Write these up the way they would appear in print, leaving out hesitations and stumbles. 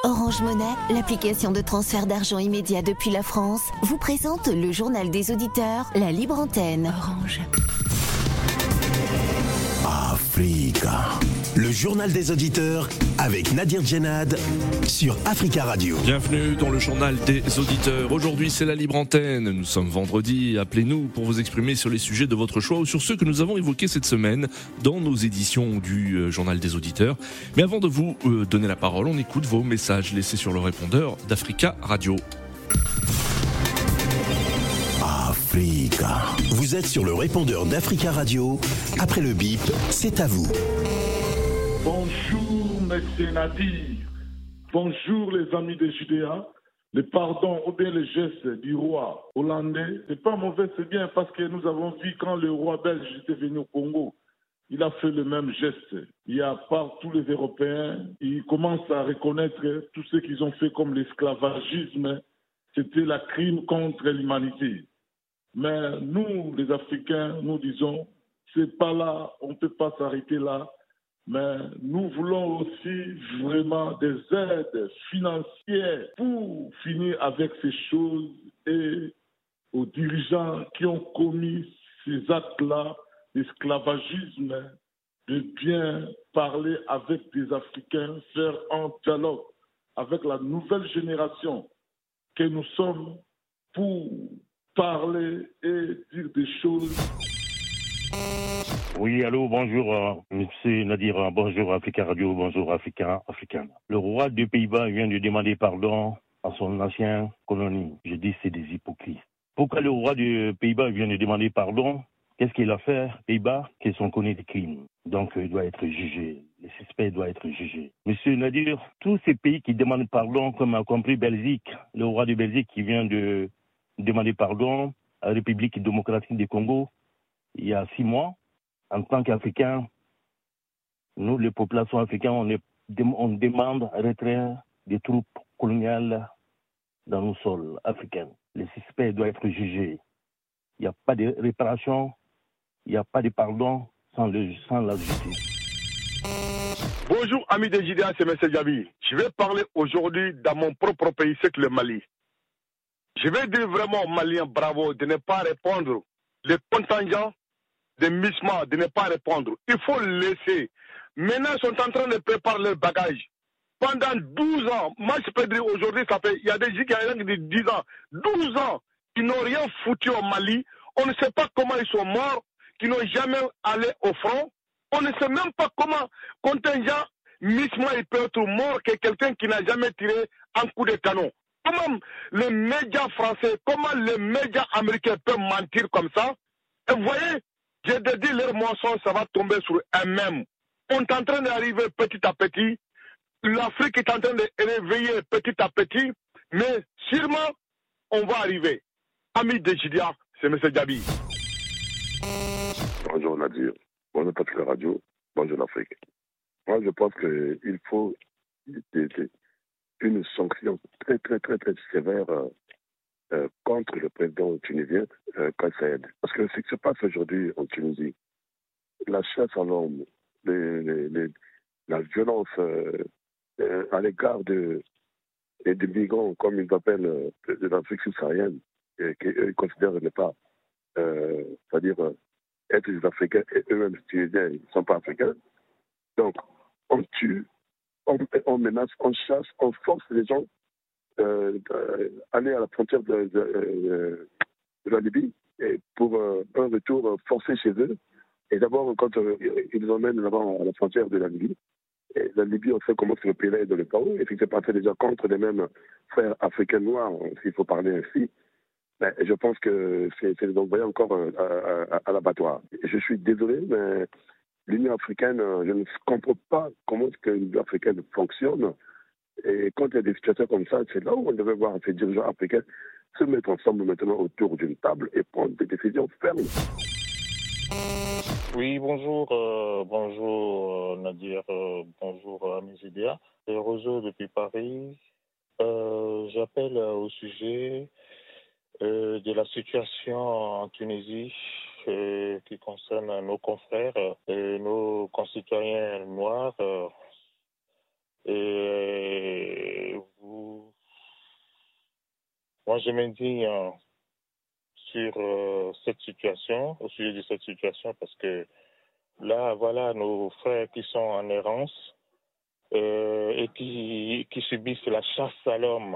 Orange Monnaie, l'application de transfert d'argent immédiat depuis la France, vous présente le journal des auditeurs, la libre antenne. Orange. Africa. Le journal des auditeurs avec Nadir Djenad sur Africa Radio. Bienvenue dans le journal des auditeurs. Aujourd'hui, c'est la libre antenne. Nous sommes vendredi. Appelez-nous pour vous exprimer sur les sujets de votre choix ou sur ceux que nous avons évoqués cette semaine dans nos éditions du journal des auditeurs. Mais avant de vous donner la parole, on écoute vos messages laissés sur le répondeur d'Africa Radio. Africa. Vous êtes sur le répondeur d'Africa Radio. Après le bip, c'est à vous. Bonjour, Monsieur Nadir. Bonjour, les amis de Judéa. Le pardon ou bien le geste du roi hollandais, c'est pas mauvais, c'est bien, parce que nous avons vu quand le roi belge était venu au Congo, il a fait le même geste. Il y a part tous les Européens, ils commencent à reconnaître tout ce qu'ils ont fait comme l'esclavagisme. C'était la crime contre l'humanité. Mais nous, les Africains, nous disons, c'est pas là, on ne peut pas s'arrêter là. Mais nous voulons aussi vraiment des aides financières pour finir avec ces choses et aux dirigeants qui ont commis ces actes-là d'esclavagisme, de bien parler avec des Africains, faire un dialogue avec la nouvelle génération que nous sommes pour parler et dire des choses. Oui, allô, bonjour, monsieur Nadir, bonjour Africa Radio, bonjour Africain. Le roi des Pays-Bas vient de demander pardon à son ancienne colonie. Je dis c'est des hypocrites. Pourquoi le roi des Pays-Bas vient de demander pardon? Qu'est-ce qu'il a fait, Pays-Bas? Qu'ils sont connus des crimes. Donc, il doit être jugé. Les suspects doivent être jugés. Monsieur Nadir, tous ces pays qui demandent pardon, comme a compris Belgique, le roi de Belgique qui vient de demander pardon à la République démocratique du Congo, il y a 6 mois, en tant qu'Africains, nous, les populations africaines, on demande un retrait des troupes coloniales dans nos sols africains. Les suspects doivent être jugés. Il n'y a pas de réparation, il n'y a pas de pardon sans la justice. Bonjour, amis de JDA, c'est M. Djabi. Je vais parler aujourd'hui dans mon propre pays, c'est le Mali. Je vais dire vraiment aux Maliens, bravo, de ne pas répondre. Les contingents de MISMA, de ne pas répondre. Il faut laisser. Maintenant, ils sont en train de préparer leurs bagages. Pendant 12 ans, moi je peux dire aujourd'hui, il y a des gens qui ont 10 ans, 12 ans, qui n'ont rien foutu au Mali. On ne sait pas comment ils sont morts, qui n'ont jamais allé au front. On ne sait même pas comment contingent MISMA il peut être mort que quelqu'un qui n'a jamais tiré un coup de canon. Comment les médias français, comment les médias américains peuvent mentir comme ça? Et vous voyez, j'ai dit leur mensonge, ça va tomber sur eux-mêmes. On est en train d'arriver petit à petit. L'Afrique est en train de réveiller petit à petit. Mais sûrement, on va arriver. Ami de Jidia, c'est M. Djabi. Bonjour Nadir. Bonjour Patrick Radio. Bonjour l'Afrique. Moi, je pense qu'il faut une sanction très sévère contre le président tunisien, Kais Saied. Parce que ce qui se passe aujourd'hui en Tunisie, la chasse à l'homme, la violence à l'égard des migrants, comme ils appellent, de l'Afrique subsaharienne, qu'ils considèrent ne pas, c'est-à-dire être des Africains et eux-mêmes tunisiens, ils ne sont pas africains. Donc, on tue, on menace, on chasse, on force les gens aller à la frontière de la Libye et pour un retour forcé chez eux. Et d'abord, quand ils nous emmènent là-bas à la frontière de la Libye, et la Libye, on sait comment c'est le pays de l'État, et c'est passé déjà contre les mêmes frères africains noirs, s'il faut parler ainsi. Mais je pense que c'est les envoyer encore à l'abattoir. Je suis désolé, mais l'Union africaine, je ne comprends pas comment l'Union africaine fonctionne. Et quand il y a des situations comme ça, c'est là où on devait voir ces dirigeants africains se mettre ensemble maintenant autour d'une table et prendre des décisions fermes. Oui, bonjour, Nadir, bonjour Amis Idéa. C'est Roseau depuis Paris. J'appelle au sujet de la situation en Tunisie qui concerne nos confrères et nos concitoyens noirs. Et moi je m'indigne sur cette situation, au sujet de cette situation, parce que là, voilà nos frères qui sont en errance et qui subissent la chasse à l'homme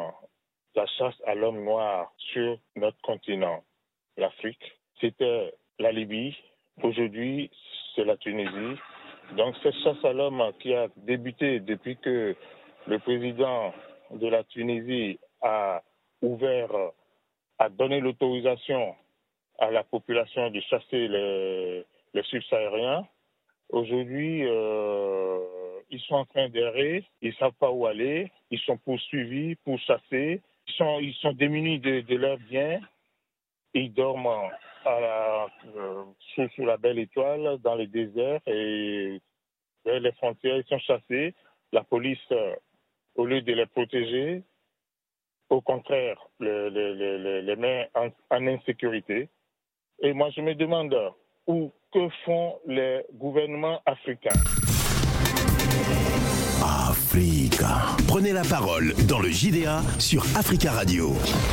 noir sur notre continent, l'Afrique. C'était la Libye, aujourd'hui c'est la Tunisie. Donc cette chasse à l'homme qui a débuté depuis que le président de la Tunisie a donné l'autorisation à la population de chasser les subsahariens. Aujourd'hui, ils sont en train d'errer, ils ne savent pas où aller, ils sont poursuivis, pourchassés, ils sont démunis de leurs biens, ils dorment sous la belle étoile, dans les déserts et vers les frontières, ils sont chassés. La police, au lieu de les protéger, au contraire, les met en insécurité. Et moi, je me demande que font les gouvernements africains. Africa. Prenez la parole dans le JDA sur Africa Radio.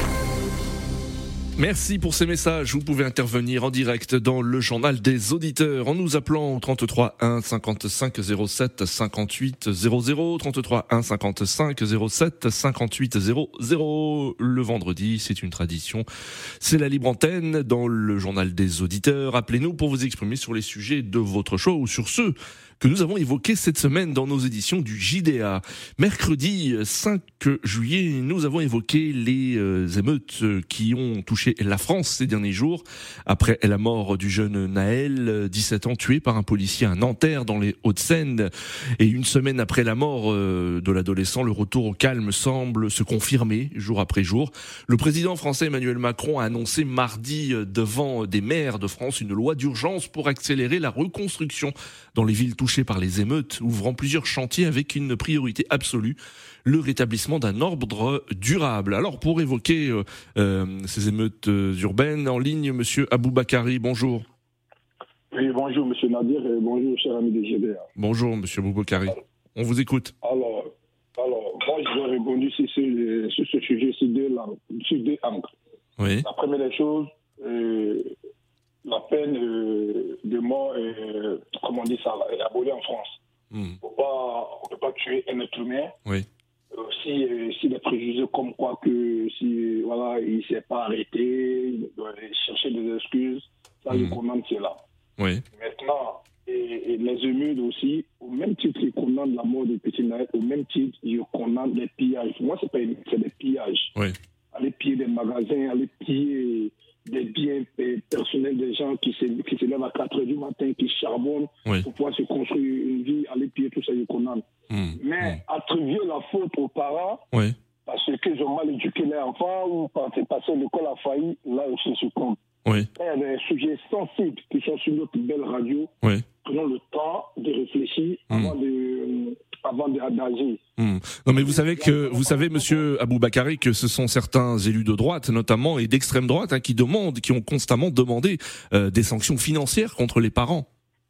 Merci pour ces messages. Vous pouvez intervenir en direct dans le journal des auditeurs en nous appelant au 33 1 55 07 58 00, 33 1 55 07 58 00. Le vendredi, c'est une tradition. C'est la libre antenne dans le journal des auditeurs. Appelez-nous pour vous exprimer sur les sujets de votre choix ou sur ceux que nous avons évoqués cette semaine dans nos éditions du JDA. Mercredi 5 juillet, nous avons évoqué les émeutes qui ont touché la France ces derniers jours, après la mort du jeune Naël, 17 ans, tué par un policier à Nanterre dans les Hauts-de-Seine. Et une semaine après la mort de l'adolescent, le retour au calme semble se confirmer jour après jour. Le président français Emmanuel Macron a annoncé mardi devant des maires de France une loi d'urgence pour accélérer la reconstruction dans les villes touchées par les émeutes, ouvrant plusieurs chantiers avec une priorité absolue, le rétablissement d'un ordre durable. Alors pour évoquer ces émeutes urbaines, en ligne, monsieur Aboubakari, bonjour. Oui, bonjour monsieur Nadir et bonjour cher ami des GDA. Bonjour monsieur Aboubakari, on vous écoute. Alors moi je dois répondre sur ce sujet sur deux angles. Oui. La première des choses, la peine de mort est, comment on dit ça, est abolie en France. On ne peut pas tuer un être humain. Oui. Si les préjugés comme quoi que si voilà il s'est pas arrêté, il doit chercher des excuses, ça je condamne cela. Oui. Maintenant, et les émeutes aussi, au même titre ils condamnent la mort de petit Naël, au même titre ils condamnent les pillages. Moi c'est pas c'est des pillages. Oui. Aller piller des magasins, aller piller des biens personnels des gens qui se lèvent à 4h du matin, qui charbonnent pour pouvoir se construire une vie, aller piller tout ça, ils condamnent. Mais attribuer la faute aux parents parce qu'ils ont mal éduqué les enfants ou parce que l'école a failli, là aussi je compte. Il y a des sujets sensibles qui sont sur notre belle radio. Prenons le temps de réfléchir avant d'agir. Non mais vous savez monsieur Aboubakari que ce sont certains élus de droite notamment et d'extrême droite qui ont constamment demandé des sanctions financières contre les parents.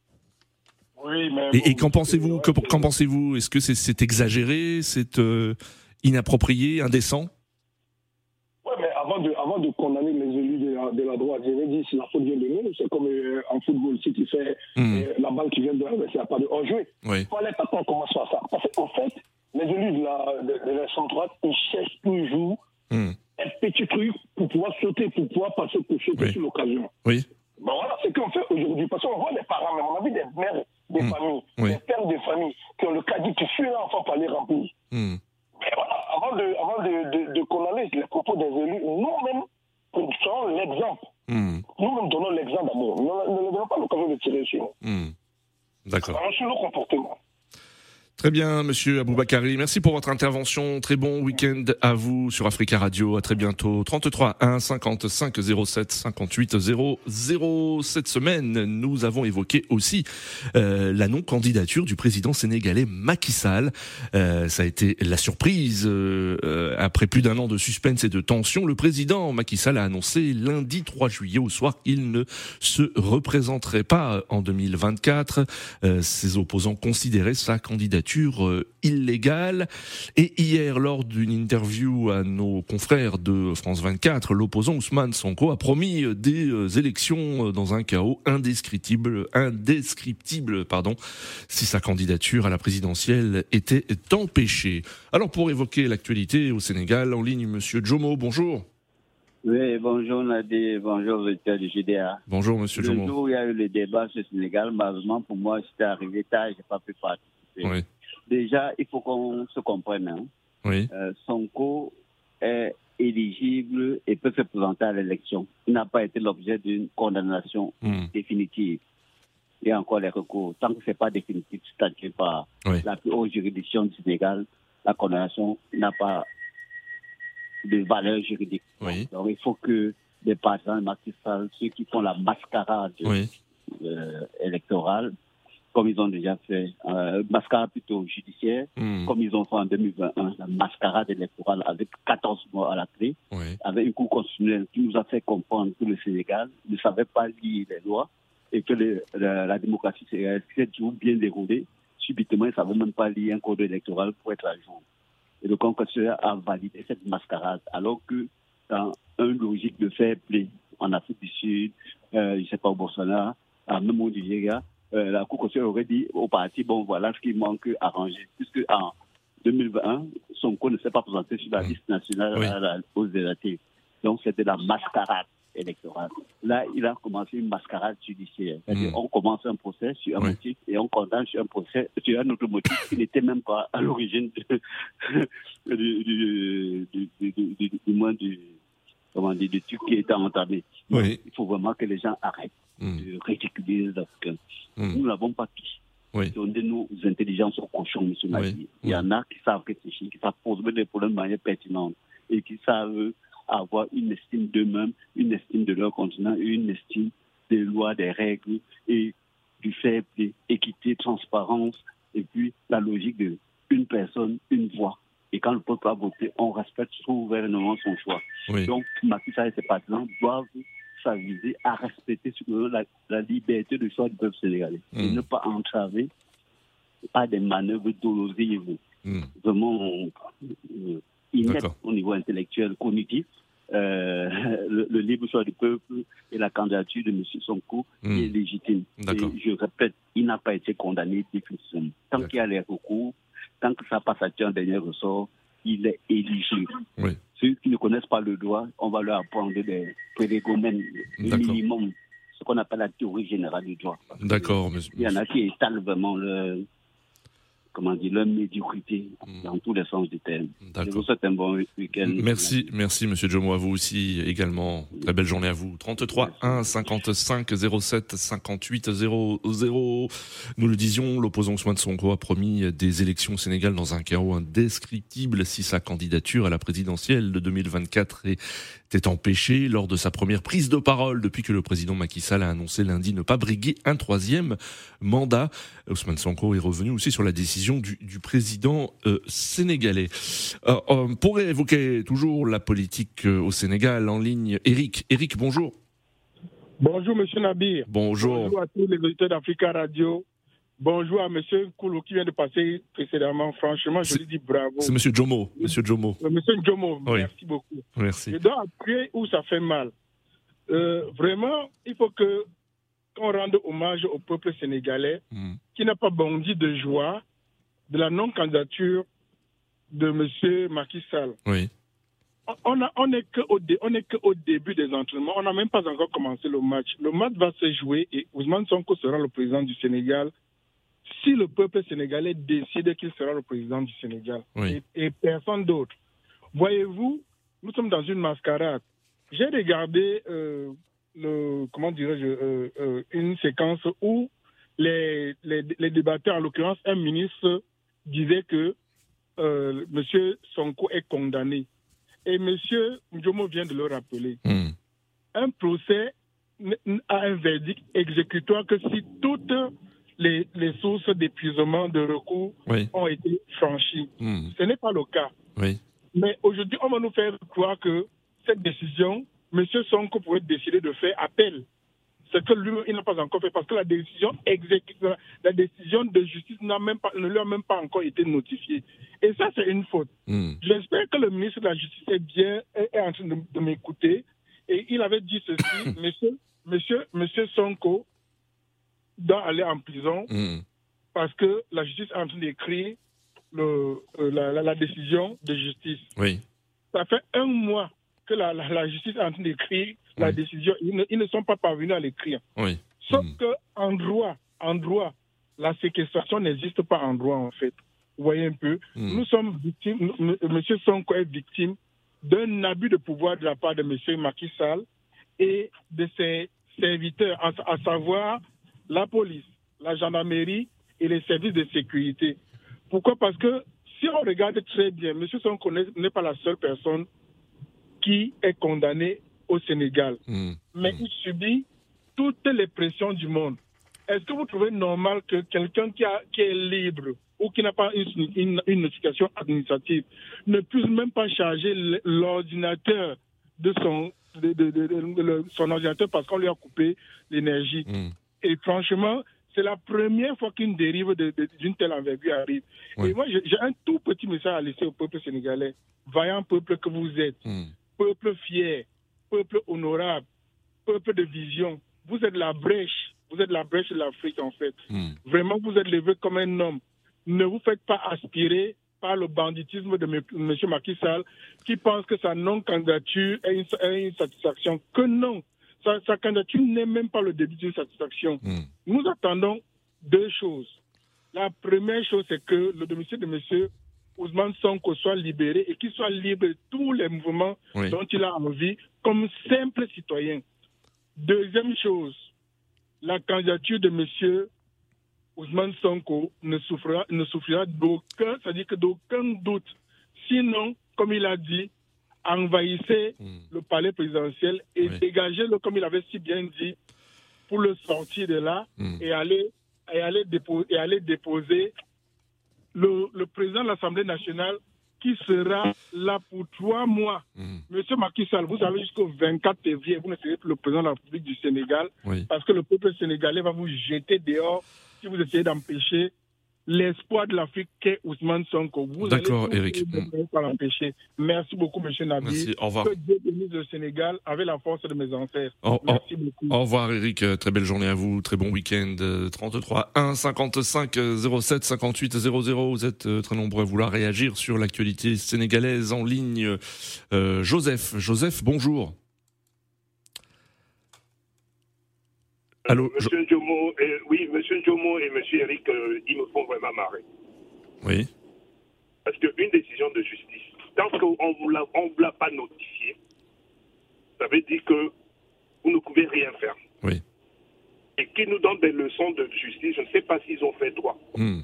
Oui, mais et qu'en pensez-vous Est-ce que c'est exagéré, c'est inapproprié, indécent? Oui, mais avant de condamner les élus de la droite, je vais dire si la faute vient de nous, c'est comme en football, si tu fais la balle qui vient de là, il n'y a pas de hors-jeu. Il fallait pas qu'on commence par ça. Parce qu'en fait, les élus de la centre-droite, ils cherchent toujours un petit truc pour pouvoir sauter, pour pouvoir passer pour sauter sur l'occasion. Oui. Bon, voilà ce qu'on fait aujourd'hui. Parce qu'on voit les parents, mais on a vu des mères des familles, des pères de famille qui ont le caddie qui suit l'enfant pour les remplir. Mais voilà, avant de condamner les propos des élus, nous-mêmes prenons l'exemple. Nous-mêmes donnons l'exemple d'amour. Nous ne donnons pas l'occasion de tirer sur nous. D'accord. Sur nos comportements. Très bien, monsieur Aboubakari. Merci pour votre intervention. Très bon week-end à vous sur Africa Radio. À très bientôt. 33 1 55 07 58 00. Cette semaine, nous avons évoqué aussi la non-candidature du président sénégalais Macky Sall. Ça a été la surprise. Après plus d'un an de suspense et de tension, le président Macky Sall a annoncé lundi 3 juillet au soir qu'il ne se représenterait pas en 2024. Ses opposants considéraient sa candidature candidature illégale. Et hier, lors d'une interview à nos confrères de France 24, l'opposant Ousmane Sonko a promis des élections dans un chaos indescriptible, si sa candidature à la présidentielle était empêchée. Alors pour évoquer l'actualité au Sénégal, en ligne, Monsieur Djomo, bonjour. Oui, bonjour Nadir, bonjour auditeur du JDA. Bonjour Monsieur Djomo. Le jour où il y a eu le débat sur le Sénégal, malheureusement pour moi, j'étais arrivé tard, je n'ai pas pu participer. Oui. Déjà, il faut qu'on se comprenne. Hein. Oui. Sonko est éligible et peut se présenter à l'élection. Il n'a pas été l'objet d'une condamnation définitive. Il y a encore les recours. Tant que ce n'est pas définitif, statué par la plus haute juridiction du Sénégal, la condamnation n'a pas de valeur juridique. Oui. Donc il faut que les partisans de Macky Sall, ceux qui font la mascarade électorale, comme ils ont déjà fait, mascarade plutôt judiciaire, comme ils ont fait en 2021, la mascarade électorale avec 14 mois à la clé, avec une cour constitutionnelle qui nous a fait comprendre que le Sénégal ne savait pas lire les lois et que la démocratie sénégalaise s'est toujours bien déroulée. Subitement, ils ne savaient même pas lire un code électoral pour être à jour. Et le Congrès a validé cette mascarade, alors que dans une logique de fair play en Afrique du Sud, je ne sais pas au Botswana, même au Nigeria, la Cour constitutionnelle aurait dit au parti, bon voilà ce qui manque à ranger. Puisque en 2021, Sonko ne s'est pas présenté sur la liste nationale aux législatives. Donc c'était la mascarade électorale. Là, il a commencé une mascarade judiciaire. C'est-à-dire, on commence un procès sur un motif et on condamne sur un procès sur un autre motif qui n'était même pas à l'origine du truc qui était entamé. Oui. Il faut vraiment que les gens arrêtent de ridiculiser les Africains. Nous n'avons pas pris. Donnez-nous intelligences aux cochons, M. Nadi. Il y en a qui savent réfléchir, qui savent poser des problèmes de manière pertinente et qui savent avoir une estime d'eux-mêmes, une estime de leur continent, une estime des lois, des règles et du fair play, équité, transparence et puis la logique de une personne, une voix. Et quand le peuple a voté, on respecte souverainement son choix. Oui. Donc, Macky Sall et ses partisans doivent s'aviser à respecter la liberté de choix du peuple sénégalais et ne pas entraver par des manœuvres dolosives. Vraiment ineptes au niveau intellectuel, cognitif. Le libre choix du peuple et la candidature de M. Sonko est légitime. Et je répète, il n'a pas été condamné définitivement. Tant qu'il y a les recours, tant que ça passe à un dernier ressort, il est éligible. Oui. Ceux qui ne connaissent pas le droit, on va leur apprendre des prélégomènes, le minimum, ce qu'on appelle la théorie générale du droit. D'accord. Il y en a qui étalent vraiment leur médiocrité dans tous les sens du terme. Je vous souhaite un bon week-end. Merci Monsieur Djomo, à vous aussi également. Très belle journée à vous. 33 1 55 07 58 00. Nous le disions, l'opposant Ousmane Sonko a promis des élections au Sénégal dans un chaos indescriptible si sa candidature à la présidentielle de 2024 était empêchée lors de sa première prise de parole depuis que le président Macky Sall a annoncé lundi ne pas briguer un troisième mandat. Ousmane Sonko est revenu aussi sur la décision du président sénégalais. Pour évoquer toujours la politique au Sénégal, en ligne, Eric, bonjour. Bonjour Monsieur Nabir. Bonjour à tous les auditeurs d'Africa Radio. Bonjour à Monsieur Koulou qui vient de passer précédemment. Franchement, je lui dis bravo. C'est Monsieur Djomo. Monsieur Djomo, merci beaucoup. Merci. Je dois appuyer où ça fait mal. Vraiment, il faut qu'on rende hommage au peuple sénégalais qui n'a pas bondi de joie de la non-candidature de M. Macky Sall. Oui. On n'est qu'au début des entraînements. On n'a même pas encore commencé le match. Le match va se jouer et Ousmane Sonko sera le président du Sénégal si le peuple sénégalais décide qu'il sera le président du Sénégal. Oui. Et personne d'autre. Voyez-vous, nous sommes dans une mascarade. J'ai regardé une séquence où les débatteurs, en l'occurrence un ministre, disaient que M. Sonko est condamné. Et M. Djomo vient de le rappeler. Un procès a un verdict exécutoire que si toutes les sources d'épuisement de recours ont été franchies. Ce n'est pas le cas. Oui. Mais aujourd'hui, on va nous faire croire que cette décision, M. Sonko pourrait décider de faire appel. ce que lui, il n'a pas encore fait, parce que la décision de justice ne lui a même pas encore été notifiée. Et ça, c'est une faute. J'espère que le ministre de la Justice est en train de m'écouter. Et il avait dit ceci, monsieur Sonko doit aller en prison parce que la justice est en train d'écrire la décision de justice. Oui. Ça fait 1 mois que la justice est en train d'écrire la décision. Ils ne sont pas parvenus à l'écrire. Oui. Sauf qu'en droit, la séquestration n'existe pas en droit, en fait. Vous voyez un peu. Nous sommes victimes, M. Sonko est victime d'un abus de pouvoir de la part de M. Macky Sall et de ses serviteurs, à savoir la police, la gendarmerie et les services de sécurité. Pourquoi? Parce que si on regarde très bien, M. Sonko n'est pas la seule personne qui est condamnée au Sénégal. Mais il subit toutes les pressions du monde. Est-ce que vous trouvez normal que quelqu'un qui est libre ou qui n'a pas une notification administrative ne puisse même pas charger l'ordinateur de son ordinateur parce qu'on lui a coupé l'énergie? Et franchement, c'est la première fois qu'une dérive d'une telle envergure arrive. Et moi, j'ai un tout petit message à laisser au peuple sénégalais. Vaillant peuple que vous êtes, peuple fier, peuple honorable, peuple de vision. Vous êtes la brèche de l'Afrique, en fait. Vraiment, vous êtes levé comme un homme. Ne vous faites pas aspirer par le banditisme de M. Macky Sall, qui pense que sa non-candidature est une satisfaction. Que non, sa candidature n'est même pas le début d'une satisfaction. Nous attendons 2 choses. La première chose, c'est que le domicile de M. Ousmane Sonko soit libéré et qu'il soit libre de tous les mouvements dont il a envie comme simple citoyen. Deuxième chose, la candidature de M. Ousmane Sonko ne souffrira d'aucun doute. Sinon, comme il a dit, envahissez le palais présidentiel et dégagez-le, comme il avait si bien dit, pour le sortir de là et aller déposer le président de l'Assemblée nationale qui sera là pour 3 mois. Monsieur Macky Sall, vous avez jusqu'au 24 février, vous ne serez plus le président de la République du Sénégal parce que le peuple sénégalais va vous jeter dehors si vous essayez d'empêcher l'espoir de l'Afrique qu'est Ousmane Sonko. D'accord, Eric. Pas l'empêcher. Merci beaucoup, monsieur Nabi. Merci, au revoir. Que Dieu bénisse le Sénégal avec la force de mes ancêtres. Merci beaucoup. Au revoir, Eric. Très belle journée à vous. Très bon week-end. 33 1 55 07 58 00. Vous êtes très nombreux à vouloir réagir sur l'actualité sénégalaise en ligne. Joseph, bonjour. Allô, Monsieur Njomo, Monsieur Njomo et Monsieur Eric, ils me font vraiment marrer. Oui. Parce qu'une décision de justice, tant qu'on ne vous l'a pas notifié, ça veut dire que vous ne pouvez rien faire. Oui. Et qu'ils nous donnent des leçons de justice, je ne sais pas s'ils ont fait droit.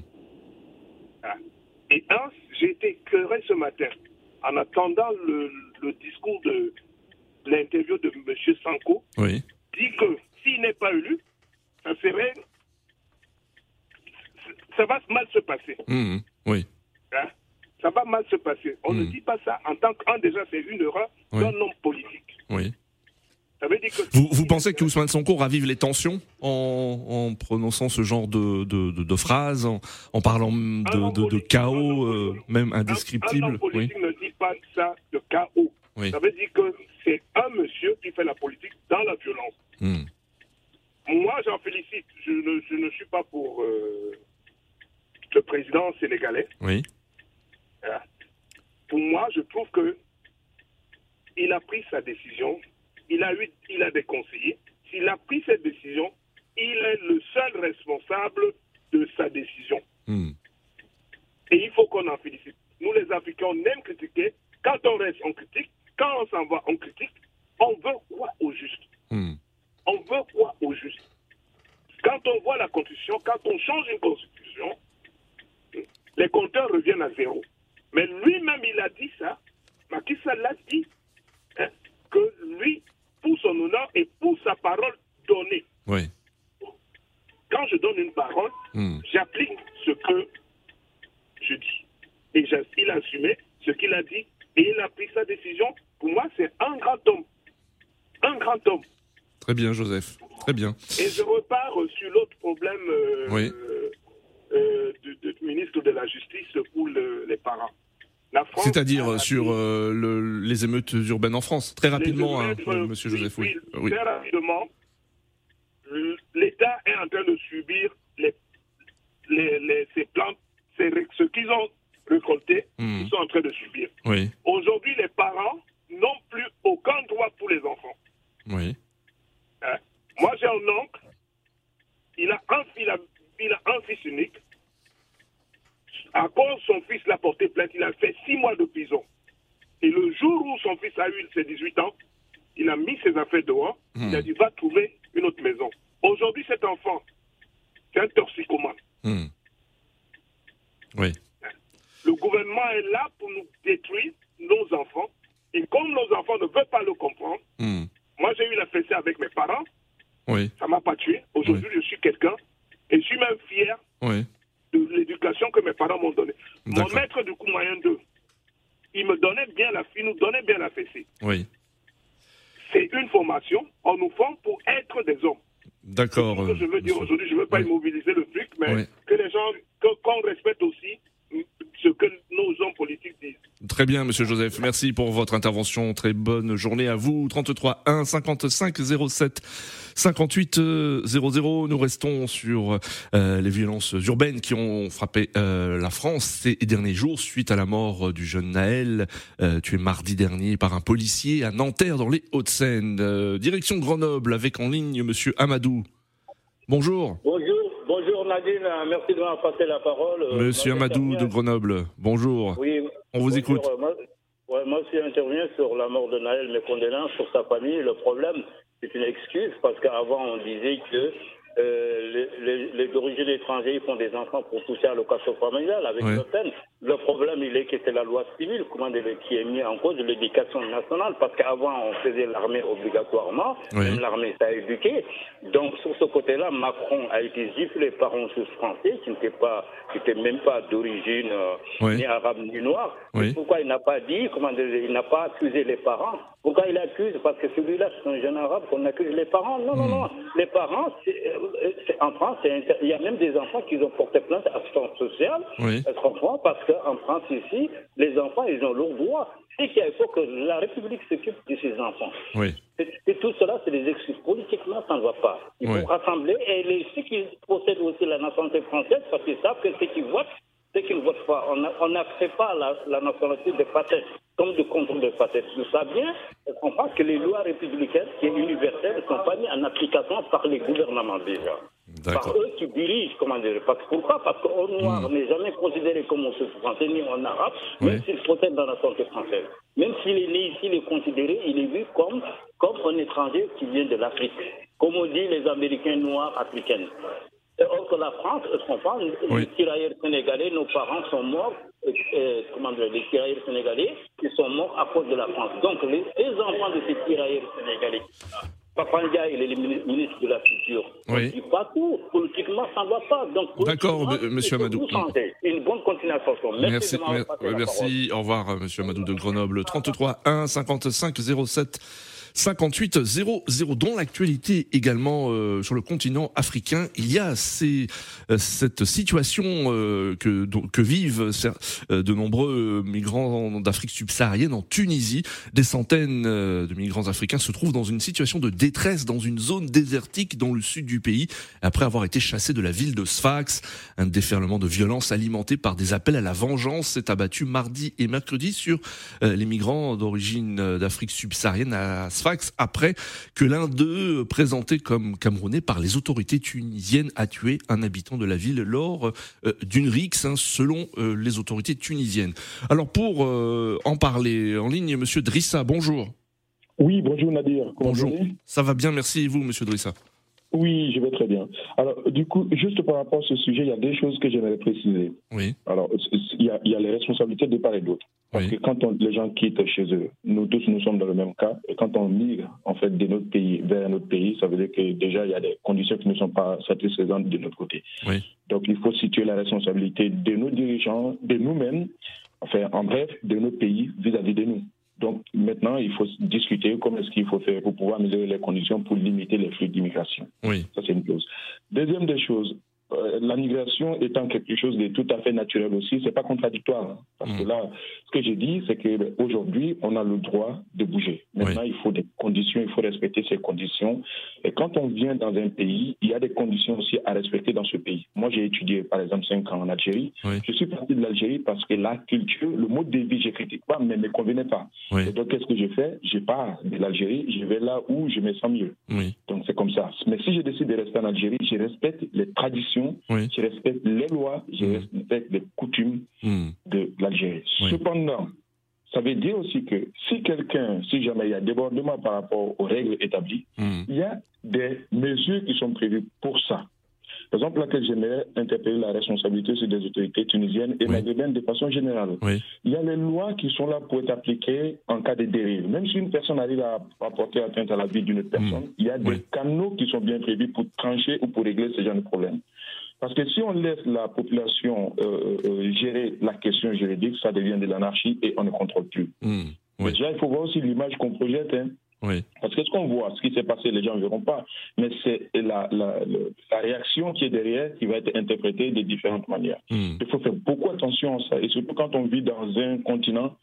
Et j'ai été éclairé ce matin en attendant le discours de l'interview de M. Sonko, dit que s'il n'est pas élu, ça va mal se passer. Ça va mal se passer. On ne dit pas ça en tant qu'un, déjà c'est une erreur d'un homme politique. Ça veut dire que vous pensez que Ousmane Sonko ravive les tensions en prononçant ce genre de phrases, en parlant de chaos, même indescriptible? Un homme politique ne dit pas ça de chaos. Ça veut dire que c'est un monsieur qui fait la politique dans la violence. Moi, j'en félicite. Je ne suis pas pour le président sénégalais. Pour moi, je trouve que il a pris sa décision. Il a des conseillers. S'il a pris cette décision, il est le seul responsable de sa décision. Et il faut qu'on en félicite. Nous, les Africains, on aime critiquer. Quand on reste, on critique. Quand on s'en va, on critique. On veut quoi au juste? On veut quoi au juste? Quand on voit la Constitution, quand on change une Constitution, les compteurs reviennent à zéro. Mais lui-même, il a dit ça. Macky Sall l'a dit. Que lui, pour son honneur et pour sa parole donnée. Quand je donne une parole, j'applique ce que je dis. Et il a assumé ce qu'il a dit et il a pris sa décision. Pour moi, c'est un grand homme. Un grand homme. Très bien, Joseph. Très bien. Et je repars sur l'autre problème du ministre de la Justice pour les parents. C'est-à-dire sur les émeutes urbaines en France. Très rapidement, Monsieur Joseph. Oui. Très rapidement, l'État est en train de subir ces plantes, ce qu'ils ont récolté, ils sont en train de subir. Oui. Aujourd'hui, les parents n'ont plus aucun droit pour les enfants. Oui. Moi, j'ai un oncle, il a un fils unique. À cause son fils l'a porté plainte, il a fait 6 mois de prison. Et le jour où son fils a eu ses 18 ans, il a mis ses affaires dehors, il a dit va trouver une autre maison. Aujourd'hui, cet enfant, c'est un toxicomane. Oui. Le gouvernement est là pour nous détruire nos enfants. Et comme nos enfants ne veulent pas le comprendre, moi j'ai eu la fessée avec mes parents. Oui. Ça m'a pas tué. Aujourd'hui, je suis quelqu'un et je suis même fier de l'éducation que mes parents m'ont donnée. Mon maître du coup moyen 2, il nous donnait bien la fessée. Oui. C'est une formation, on nous forme pour être des hommes. D'accord. C'est ce que je veux dire aujourd'hui, je ne veux pas immobiliser le truc, mais que les gens, qu'on respecte aussi ce que nos hommes politiques disent. Très bien, Monsieur Joseph. Merci pour votre intervention. Très bonne journée à vous. 33 1 55 07 58 00. Nous restons sur les violences urbaines qui ont frappé la France ces derniers jours suite à la mort du jeune Naël, tué mardi dernier par un policier à Nanterre dans les Hauts-de-Seine. Direction Grenoble avec en ligne Monsieur Amadou. Bonjour. Bonjour Nadine, merci de m'avoir passé la parole. Monsieur Amadou de Grenoble, bonjour. Oui, on vous écoute. Moi aussi j'interviens sur la mort de Naël, mes condoléances sur sa famille. Le problème, c'est une excuse parce qu'avant on disait que les d'origine étrangère font des enfants pour toucher à l'allocation familiale avec certaines. Le problème, il est que c'est la loi civile qui est mise en cause de l'éducation nationale, parce qu'avant, on faisait l'armée obligatoirement, même l'armée, ça a éduqué. Donc, sur ce côté-là, Macron a été giflé par un juge français qui n'était même pas d'origine ni arabe ni noire. Pourquoi il n'a pas dit, il n'a pas accusé les parents? Pourquoi il accuse? Parce que celui-là, c'est un jeune arabe qu'on accuse les parents. Non. Les parents, en France, il y a même des enfants qui ont porté plainte à assistance sociale, parce qu'en France, ici, les enfants, ils ont leurs droits. C'est qu'il faut que la République s'occupe de ces enfants. Et tout cela, c'est des excuses. Politiquement, ça ne va pas. Il faut rassembler. Et ceux qui possèdent aussi la nationalité française, parce qu'ils savent que ceux qui ne votent pas, on n'accepte pas la nationalité des patriotes comme de contrôle des patriotes. Nous savons bien, on pense que les lois républicaines, qui sont universelles, ne sont pas mises en application par les gouvernements déjà. Par eux qui dirigent, pourquoi? Parce qu'un noir n'est jamais considéré comme un français ni un arabe, même s'il possède la nationalité française. Même s'il est né ici, il est considéré, il est vu comme un étranger qui vient de l'Afrique. Comme on dit les Américains noirs africains. Or que la France, les tirailleurs sénégalais, nos parents sont morts, les tirailleurs sénégalais, ils sont morts à cause de la France. Donc les enfants de ces tirailleurs sénégalais, Papa Ndiaye, il est le ministre de la Culture. Il dit pas tout. Politiquement, ça ne va pas. D'accord, Monsieur Amadou. Une bonne continuation. Merci. Au revoir, Monsieur Amadou de Grenoble. 33 1 55 07 58 00. Dans l'actualité également sur le continent africain, il y a cette situation que vivent de nombreux migrants d'Afrique subsaharienne en Tunisie. Des centaines de migrants africains se trouvent dans une situation de détresse dans une zone désertique dans le sud du pays après avoir été chassés de la ville de Sfax. Un déferlement de violence alimenté par des appels à la vengeance s'est abattu mardi et mercredi sur les migrants d'origine d'Afrique subsaharienne à Sfax, après que l'un d'eux, présenté comme camerounais par les autorités tunisiennes, a tué un habitant de la ville lors d'une rixe, selon les autorités tunisiennes. Alors pour en parler en ligne, Monsieur Drissa, bonjour. Oui, bonjour Nadir. Bonjour. Ça va bien, merci. Et vous, Monsieur Drissa? Oui, je vais très bien. Alors, du coup, juste par rapport à ce sujet, il y a des choses que j'aimerais préciser. Oui. Alors, il y a les responsabilités de part et d'autre. Parce que quand les gens quittent chez eux, nous tous, nous sommes dans le même cas. Et quand on migre, en fait, de notre pays vers un autre pays, ça veut dire que déjà, il y a des conditions qui ne sont pas satisfaisantes de notre côté. Oui. Donc, il faut situer la responsabilité de nos dirigeants, de nous-mêmes, enfin, en bref, de notre pays vis-à-vis de nous. Donc maintenant, il faut discuter comment est-ce qu'il faut faire pour pouvoir améliorer les conditions pour limiter les flux d'immigration. Oui. Ça, c'est une chose. Deuxième des choses, la migration étant quelque chose de tout à fait naturel aussi, c'est pas contradictoire. Hein, parce que là, ce que j'ai dit, c'est qu'aujourd'hui, on a le droit de bouger. Maintenant, il faut des conditions, il faut respecter ces conditions. Et quand on vient dans un pays, il y a des conditions aussi à respecter dans ce pays. Moi, j'ai étudié, par exemple, 5 ans en Algérie. Je suis parti de l'Algérie parce que la culture, le mode de vie, je critique pas, mais ne me convenait pas. Et donc, qu'est-ce que je fais? Je pars de l'Algérie, je vais là où je me sens mieux. Donc, c'est comme ça. Mais si je décide de rester en Algérie, je respecte les traditions, je respecte les lois, je respecte les coutumes de l'Algérie. Cependant, ça veut dire aussi que si jamais il y a débordement par rapport aux règles établies, il y a des mesures qui sont prévues pour ça. Par exemple, là, j'aimerais interpeller la responsabilité sur des autorités tunisiennes et maghrébines de façon générale. Il y a les lois qui sont là pour être appliquées en cas de dérive. Même si une personne arrive à porter atteinte à la vie d'une autre personne, il y a des canaux qui sont bien prévus pour trancher ou pour régler ce genre de problème. Parce que si on laisse la population gérer la question juridique, ça devient de l'anarchie et on ne contrôle plus. Déjà, il faut voir aussi l'image qu'on projette. Parce que ce qu'on voit, ce qui s'est passé, les gens ne verront pas. Mais c'est la réaction qui est derrière qui va être interprétée de différentes manières. Il faut faire beaucoup attention à ça. Et surtout quand on vit dans un continent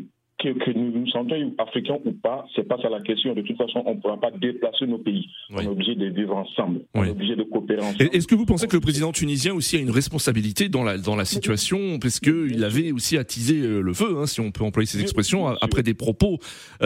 que nous nous sentons africains ou pas, c'est pas ça la question. De toute façon, on ne pourra pas déplacer nos pays. On est obligé de vivre ensemble. On est obligé de coopérer ensemble. Est-ce que vous pensez que le président tunisien aussi a une responsabilité dans la situation, parce qu'il avait aussi attisé le feu, si on peut employer ces expressions, après des propos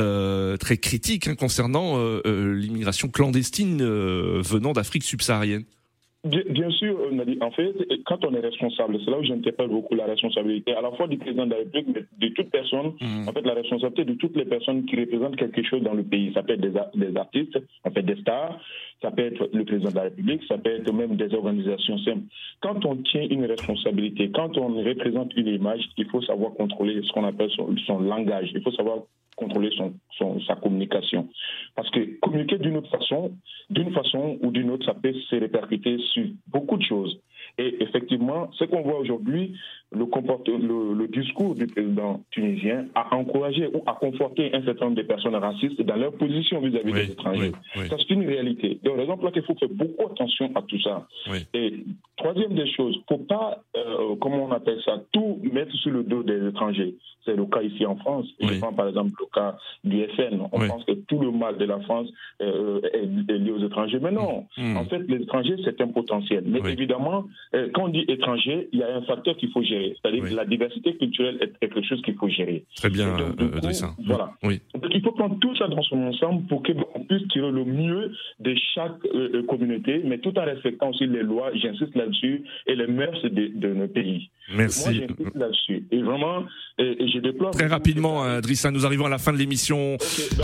très critiques concernant l'immigration clandestine venant d'Afrique subsaharienne? Bien sûr, Nadi. En fait, quand on est responsable, c'est là où j'interpelle beaucoup la responsabilité, à la fois du président de la République, mais de toute personne, en fait, la responsabilité de toutes les personnes qui représentent quelque chose dans le pays. Ça peut être des artistes, ça peut être des stars, ça peut être le président de la République, ça peut être même des organisations simples. Quand on tient une responsabilité, quand on représente une image, il faut savoir contrôler ce qu'on appelle son langage. Il faut savoir contrôler sa communication. Parce que communiquer d'une façon ou d'une autre, ça peut se répercuter sur beaucoup de choses. Et effectivement, ce qu'on voit aujourd'hui, le discours du président tunisien a encouragé ou a conforté un certain nombre de personnes racistes dans leur position vis-à-vis des étrangers. Ça, c'est une réalité. Donc, par exemple, là, il faut faire beaucoup attention à tout ça. Et troisième des choses, il ne faut pas, comment on appelle ça, tout mettre sur le dos des étrangers. C'est le cas ici en France. Je prends par exemple le cas du FN. On pense que tout le mal de la France est lié aux étrangers. Mais non. En fait, les étrangers, c'est un potentiel. Mais évidemment, quand on dit étranger, il y a un facteur qu'il faut gérer. C'est-à-dire que la diversité culturelle est quelque chose qu'il faut gérer. Très bien, Drissin. Voilà. Donc, il faut prendre tout ça dans son ensemble pour qu'on puisse tirer le mieux de chaque communauté, mais tout en respectant aussi les lois, j'insiste là-dessus, et les mœurs de nos pays. Merci. Moi, j'insiste là-dessus. Et vraiment, je déplore... Très rapidement, Drissin, nous arrivons à la fin de l'émission.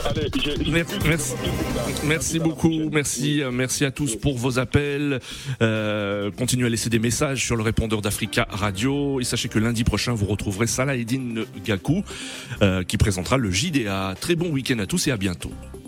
Merci beaucoup. Merci à tous pour vos appels. Continuez à laisser des messages sur le répondeur d'Africa Radio. Et sachez que lundi prochain, vous retrouverez Salah Eddine Gakou qui présentera le JDA. Très bon week-end à tous et à bientôt.